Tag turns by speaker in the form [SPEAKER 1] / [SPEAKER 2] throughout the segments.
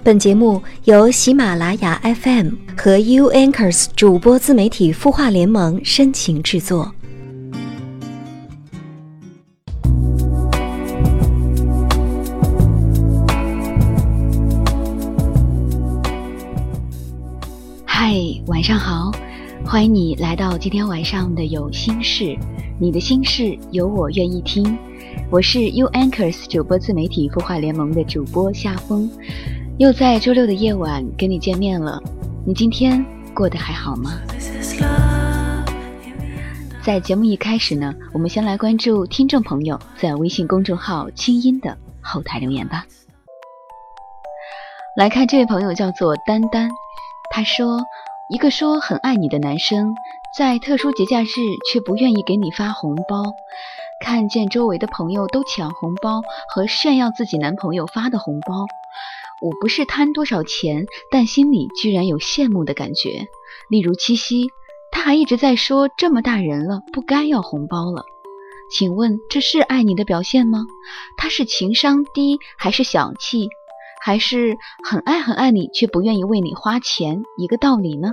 [SPEAKER 1] 本节目由喜马拉雅 FM 和 U Anchors 主播自媒体孵化联盟深情制作。嗨，晚上好，欢迎你来到今天晚上的有心事，你的心事有我愿意听。我是 U Anchors 主播自媒体孵化联盟的主播夏风，又在周六的夜晚跟你见面了。你今天过得还好吗？在节目一开始呢，我们先来关注听众朋友在微信公众号清音的后台留言吧。来看这位朋友叫做丹丹，他说，一个说很爱你的男生，在特殊节假日却不愿意给你发红包，看见周围的朋友都抢红包和炫耀自己男朋友发的红包，我不是贪多少钱，但心里居然有羡慕的感觉。例如七夕，他还一直在说这么大人了不该要红包了。请问这是爱你的表现吗？他是情商低还是小气，还是很爱你却不愿意为你花钱，一个道理呢？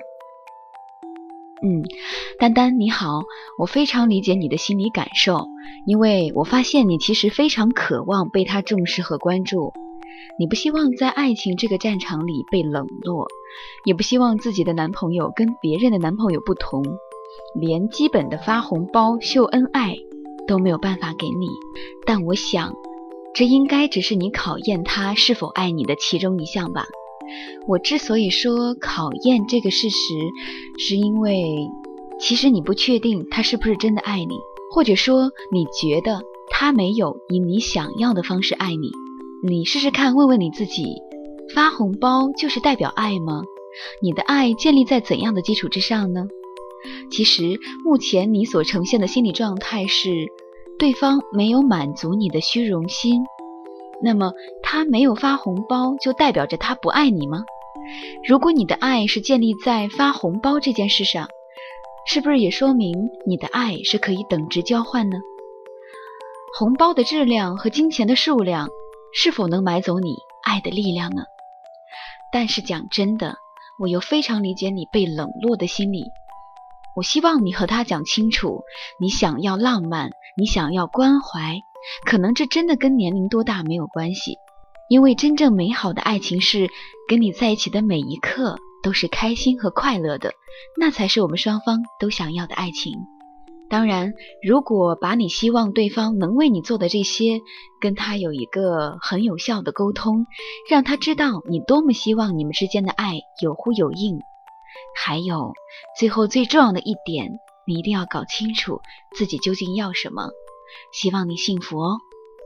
[SPEAKER 1] 丹丹你好，我非常理解你的心理感受，因为我发现你其实非常渴望被他重视和关注。你不希望在爱情这个战场里被冷落，也不希望自己的男朋友跟别人的男朋友不同，连基本的发红包秀恩爱都没有办法给你。但我想这应该只是你考验他是否爱你的其中一项吧。我之所以说考验这个事实，是因为其实你不确定他是不是真的爱你，或者说你觉得他没有以你想要的方式爱你。你试试看，问问你自己，发红包就是代表爱吗？你的爱建立在怎样的基础之上呢？其实目前你所呈现的心理状态是对方没有满足你的虚荣心，那么他没有发红包就代表着他不爱你吗？如果你的爱是建立在发红包这件事上，是不是也说明你的爱是可以等值交换呢？红包的质量和金钱的数量是否能买走你爱的力量呢？但是讲真的，我又非常理解你被冷落的心理。我希望你和他讲清楚，你想要浪漫，你想要关怀，可能这真的跟年龄多大没有关系，因为真正美好的爱情是跟你在一起的每一刻都是开心和快乐的，那才是我们双方都想要的爱情。当然，如果把你希望对方能为你做的这些跟他有一个很有效的沟通，让他知道你多么希望你们之间的爱有呼有应。还有最后最重要的一点，你一定要搞清楚自己究竟要什么。希望你幸福哦。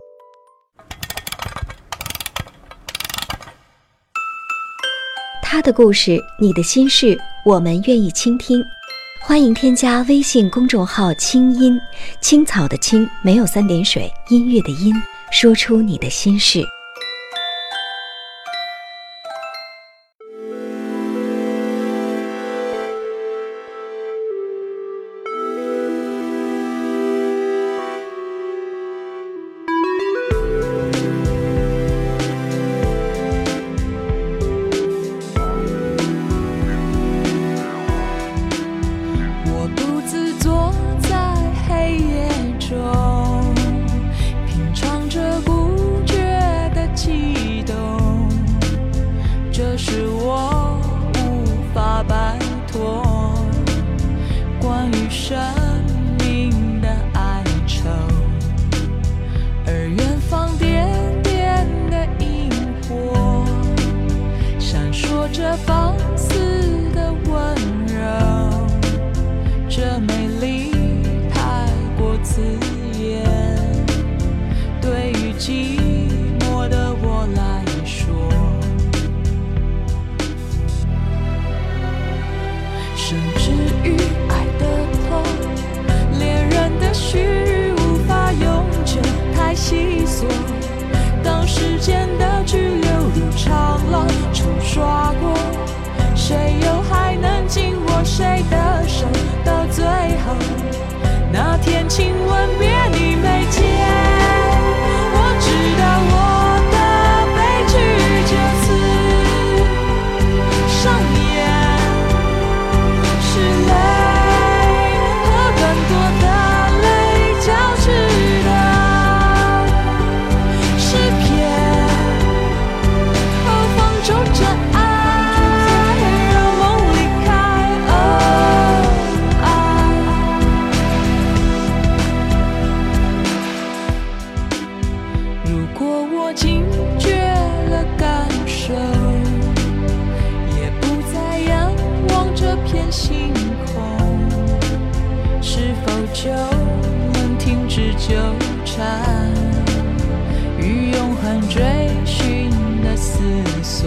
[SPEAKER 2] 他的故事，你的心事，我们愿意倾听。欢迎添加微信公众号清音，青草的青，没有3点水，音乐的音，说出你的心事。
[SPEAKER 3] 品尝着不觉索，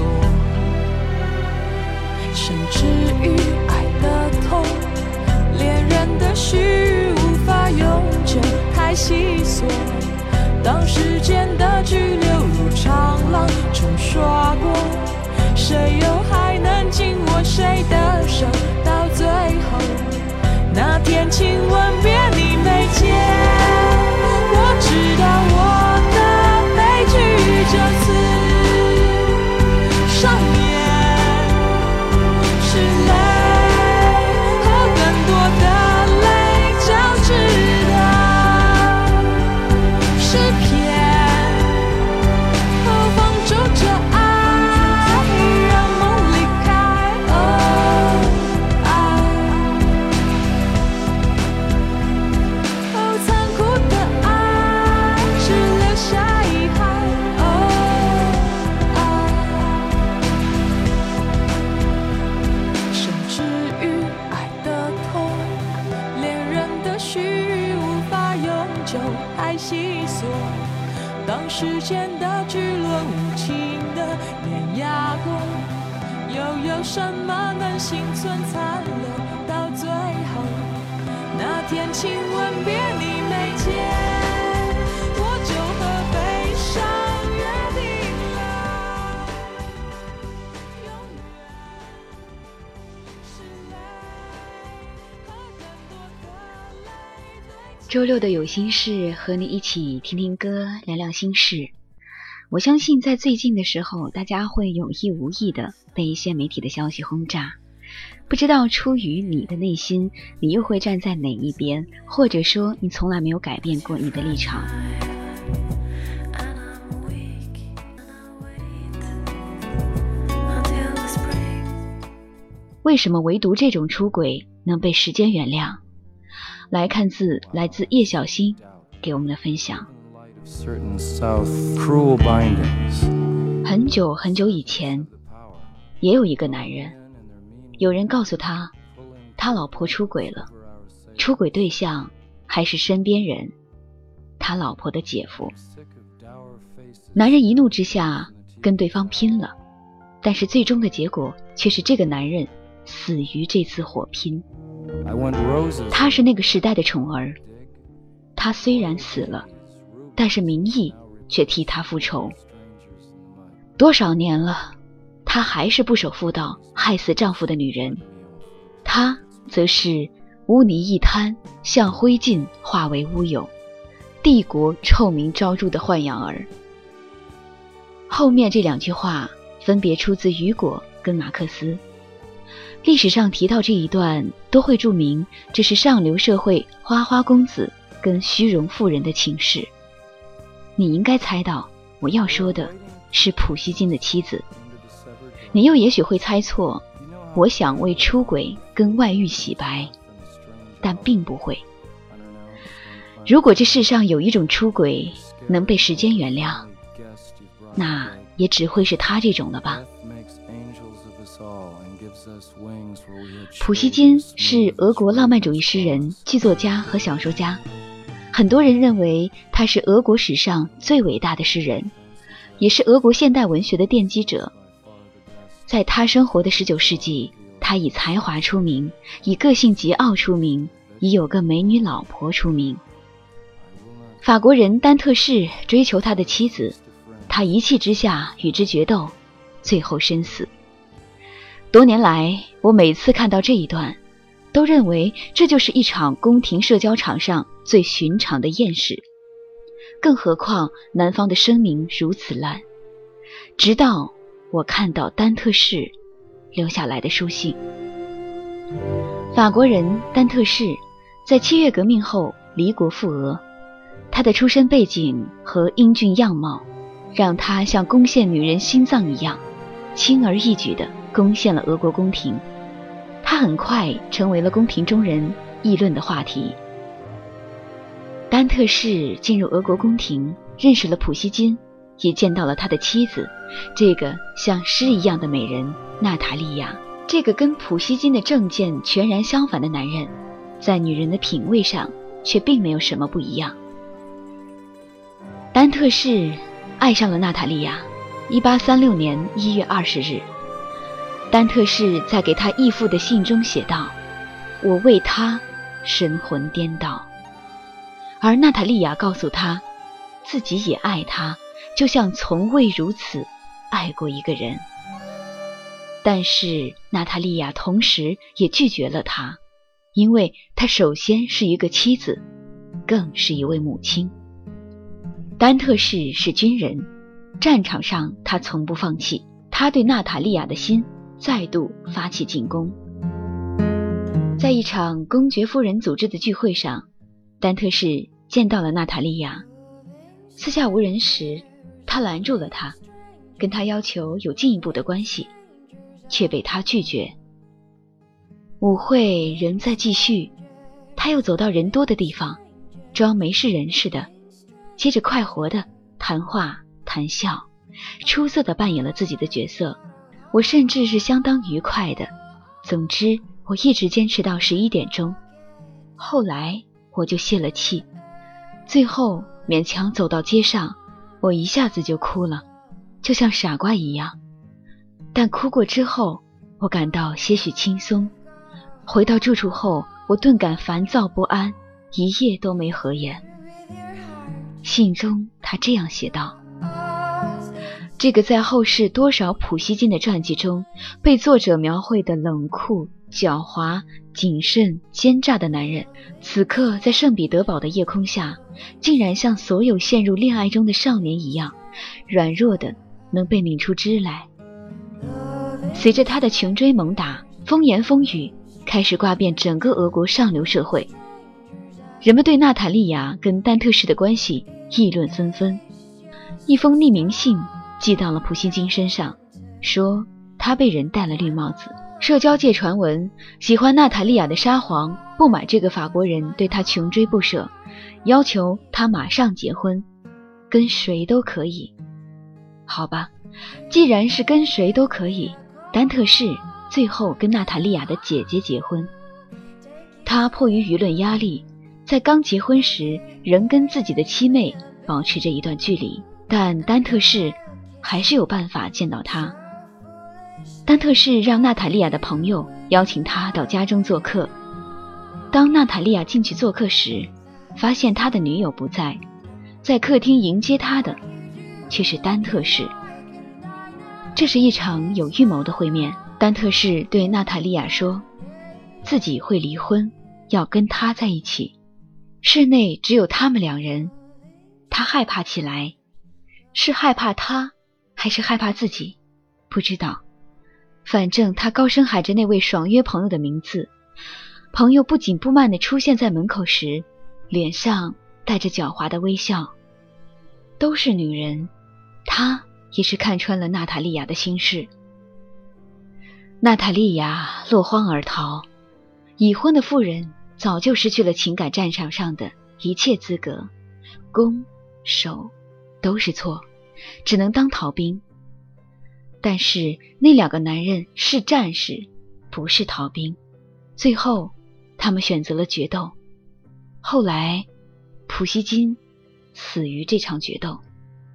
[SPEAKER 3] 甚至于爱的痛，恋人的虚无法永久，太细琐。当时间的巨流如长浪中刷过，谁又还能紧握谁的手？到最后，那天亲吻别你没接，我知道我的悲剧就此上演，是泪和更多的泪交织的诗篇，和放逐着爱，让梦离开。爱，残酷的爱只留下遗憾。甚至于爱的痛，恋人的虚无法永久，太细琐。当时间的巨轮无情的碾压过，又有什么能幸存残留？到最后，那天亲吻别你没接，我就和悲伤约定了，永远是泪和更多的泪堆积。
[SPEAKER 1] 周六的有心事，和你一起听听歌，聊聊心事。我相信在最近的时候，大家会有意无意的被一些媒体的消息轰炸，不知道出于你的内心，你又会站在哪一边，或者说你从来没有改变过你的立场。为什么唯独这种出轨能被时间原谅？来看自来自叶小新给我们的分享。很久很久以前，也有一个男人，有人告诉他，他老婆出轨了，出轨对象还是身边人，他老婆的姐夫。男人一怒之下跟对方拼了，但是最终的结果却是这个男人死于这次火拼。他是那个时代的宠儿，他虽然死了，但是民意却替他复仇。多少年了，她还是不守妇道，害死丈夫的女人。她则是污泥一滩，像灰烬化为乌有，帝国臭名昭著的豢养儿。后面这两句话分别出自雨果跟马克思。历史上提到这一段，都会注明这是上流社会花花公子跟虚荣妇人的情事。你应该猜到我要说的是普希金的妻子。你又也许会猜错，我想为出轨跟外遇洗白，但并不会。如果这世上有一种出轨能被时间原谅，那也只会是他这种了吧。普希金是俄国浪漫主义诗人、剧作家和小说家，很多人认为他是俄国史上最伟大的诗人，也是俄国现代文学的奠基者。在他生活的19世纪，他以才华出名，以个性桀骜出名，以有个美女老婆出名。法国人丹特士追求他的妻子，他一气之下与之决斗，最后身死。多年来，我每次看到这一段，都认为这就是一场宫廷社交场上最寻常的艳事，更何况男方的声名如此烂。直到我看到丹特士留下来的书信。法国人丹特士在7月革命后离国赴俄，他的出身背景和英俊样貌让他像攻陷女人心脏一样，轻而易举地攻陷了俄国宫廷。他很快成为了宫廷中人议论的话题。丹特士进入俄国宫廷，认识了普希金，也见到了他的妻子，这个像诗一样的美人娜塔莉亚。这个跟普希金的政见全然相反的男人，在女人的品味上却并没有什么不一样。丹特士爱上了娜塔莉亚， 1836年1月20日，丹特士在给他义父的信中写道：我为他神魂颠倒。而娜塔莉亚告诉他，自己也爱他，就像从未如此爱过一个人。但是娜塔莉亚同时也拒绝了他，因为她首先是一个妻子，更是一位母亲。丹特士是军人，战场上他从不放弃，他对娜塔莉亚的心再度发起进攻。在一场公爵夫人组织的聚会上，丹特士见到了娜塔莉亚。四下无人时，他拦住了她，跟她要求有进一步的关系，却被她拒绝。舞会仍在继续，他又走到人多的地方，装没事人似的，接着快活的谈话谈笑，出色的扮演了自己的角色。我甚至是相当愉快的。总之我一直坚持到11点钟，后来我就泄了气，最后勉强走到街上，我一下子就哭了，就像傻瓜一样。但哭过之后，我感到些许轻松。回到住处后，我顿感烦躁不安，一夜都没合眼。信中他这样写道：这个在后世多少普希金的传记中被作者描绘的冷酷、狡猾、谨慎、奸诈的男人，此刻在圣彼得堡的夜空下，竟然像所有陷入恋爱中的少年一样，软弱的能被拧出汁来。随着他的穷追猛打，风言风语开始挂遍整个俄国上流社会，人们对娜塔莉亚跟丹特士的关系议论纷纷。一封匿名信寄到了普希金身上，说他被人戴了绿帽子。社交界传闻，喜欢娜塔莉亚的沙皇不满这个法国人对他穷追不舍，要求他马上结婚，跟谁都可以。好吧，既然是跟谁都可以，丹特士最后跟娜塔莉亚的姐姐结婚。他迫于舆论压力，在刚结婚时仍跟自己的妻妹保持着一段距离，但丹特士还是有办法见到他。丹特士让娜塔莉亚的朋友邀请他到家中做客。当娜塔莉亚进去做客时，发现他的女友不在，在客厅迎接他的却是丹特士。这是一场有预谋的会面。丹特士对娜塔莉亚说，自己会离婚，要跟他在一起。室内只有他们两人，他害怕起来，是害怕他还是害怕自己，不知道。反正他高声喊着那位爽约朋友的名字，朋友不紧不慢地出现在门口时，脸上带着狡猾的微笑。都是女人，他也是看穿了娜塔莉亚的心事。娜塔莉亚落荒而逃，已婚的妇人早就失去了情感战场上的一切资格，攻守都是错，只能当逃兵。但是那两个男人是战士，不是逃兵，最后他们选择了决斗。后来普希金死于这场决斗。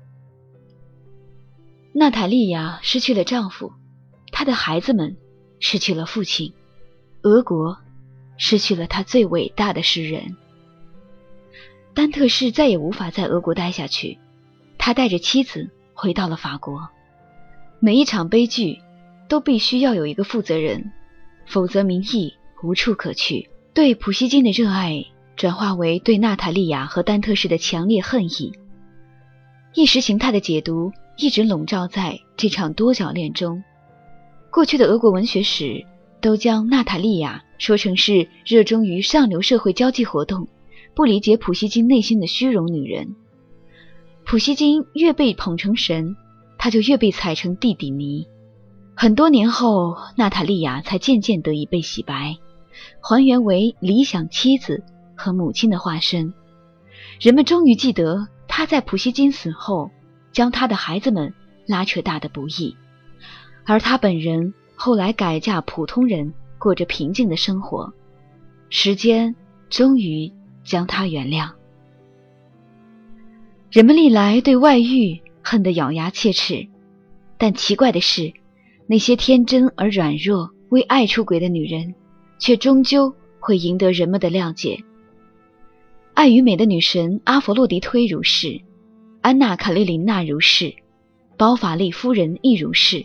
[SPEAKER 1] 娜塔莉亚失去了丈夫，她的孩子们失去了父亲，俄国失去了他最伟大的诗人。丹特士再也无法在俄国待下去，他带着妻子回到了法国。每一场悲剧都必须要有一个负责人，否则民意无处可去。对普希金的热爱转化为对娜塔莉亚和丹特士的强烈恨意。意识形态的解读一直笼罩在这场多角恋中。过去的俄国文学史都将娜塔莉亚说成是热衷于上流社会交际活动，不理解普希金内心的虚荣女人。普希金越被捧成神，他就越被踩成地底泥。很多年后，娜塔莉亚才渐渐得以被洗白，还原为理想妻子和母亲的化身。人们终于记得她在普希金死后将他的孩子们拉扯大的不易，而她本人后来改嫁普通人，过着平静的生活。时间终于将她原谅。人们历来对外遇恨得咬牙切齿， 但奇怪的是，那些天真而软弱为爱出轨的女人，却终究会赢得人们的谅解。爱与美的女神阿佛洛狄忒如是，安娜·卡列琳娜如是，包法利夫人亦如是。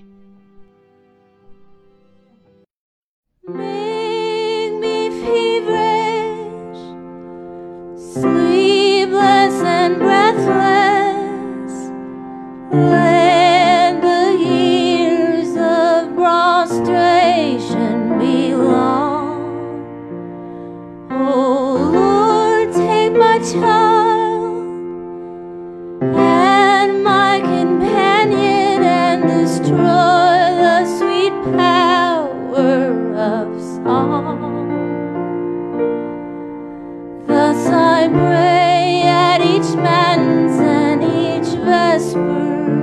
[SPEAKER 3] Make me feverish, sleepless and breathless, let the years of prostration be long. Oh Lord, take my child and my companion and destroy the sweet power of song. Thus I pray at each matins and each vespers.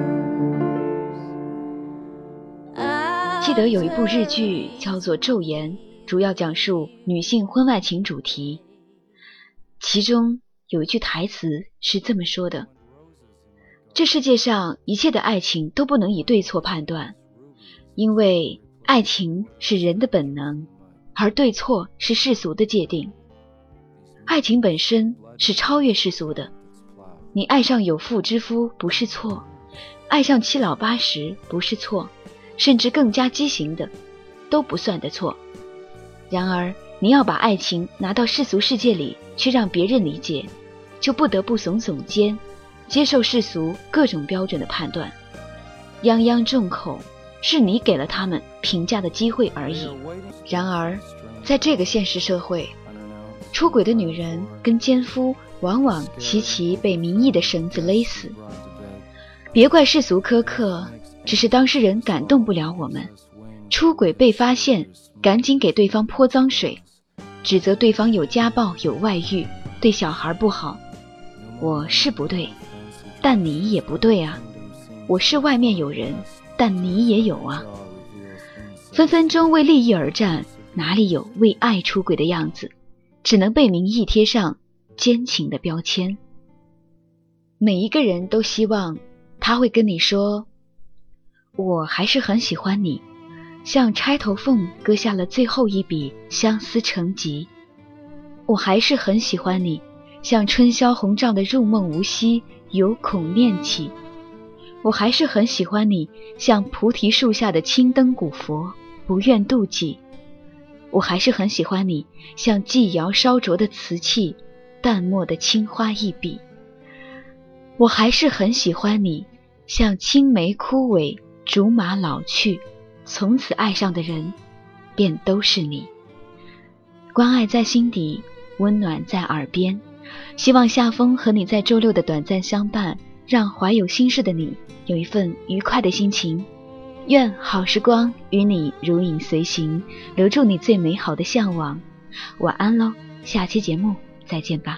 [SPEAKER 1] 记得有一部日剧叫做《昼颜》，主要讲述女性婚外情主题。其中有一句台词是这么说的：这世界上一切的爱情都不能以对错判断，因为爱情是人的本能，而对错是世俗的界定。爱情本身是超越世俗的，你爱上有妇之夫不是错，爱上七老八十不是错，甚至更加畸形的都不算得错。然而你要把爱情拿到世俗世界里去让别人理解，就不得不耸耸肩，接受世俗各种标准的判断。泱泱众口是你给了他们评价的机会而已。然而在这个现实社会，出轨的女人跟奸夫往往齐齐被名义的绳子勒死。别怪世俗苛刻，只是当事人感动不了我们。出轨被发现，赶紧给对方泼脏水，指责对方有家暴有外遇，对小孩不好。我是不对，但你也不对啊。我是外面有人，但你也有啊。分分钟为利益而战，哪里有为爱出轨的样子，只能被名义贴上奸情的标签。每一个人都希望他会跟你说，我还是很喜欢你，像钗头凤割下了最后一笔相思成疾。我还是很喜欢你，像春宵红帐的入梦无息，有恐念起。我还是很喜欢你，像菩提树下的青灯古佛，不愿妒忌。我还是很喜欢你，像祭窑烧灼的瓷器，淡漠的青花一笔。我还是很喜欢你，像青梅枯萎，竹马老去，从此爱上的人便都是你。关爱在心底，温暖在耳边。希望夏风和你在周六的短暂相伴，让怀有心事的你有一份愉快的心情。愿好时光与你如影随形，留住你最美好的向往。晚安喽，下期节目再见吧。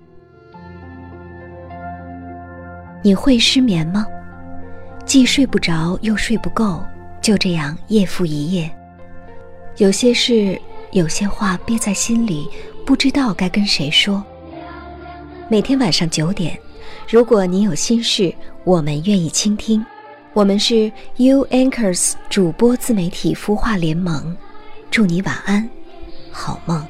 [SPEAKER 2] 你会失眠吗？既睡不着又睡不够，就这样夜复一夜。有些事有些话憋在心里，不知道该跟谁说。每天晚上9点，如果你有心事，我们愿意倾听。我们是 You Anchors 主播自媒体孵化联盟，祝你晚安，好梦。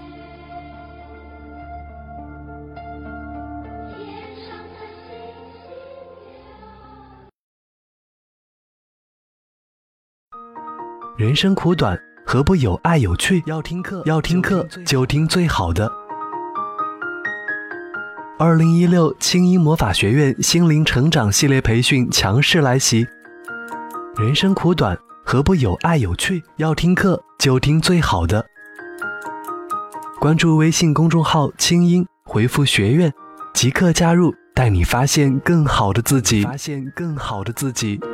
[SPEAKER 4] 人生苦短，何不有爱有趣？要听课就听最好的。2016清音魔法学院心灵成长系列培训强势来袭。人生苦短，何不有爱有趣？要听课就听最好的。关注微信公众号清音，回复学院即刻加入，带你发现更好的自己。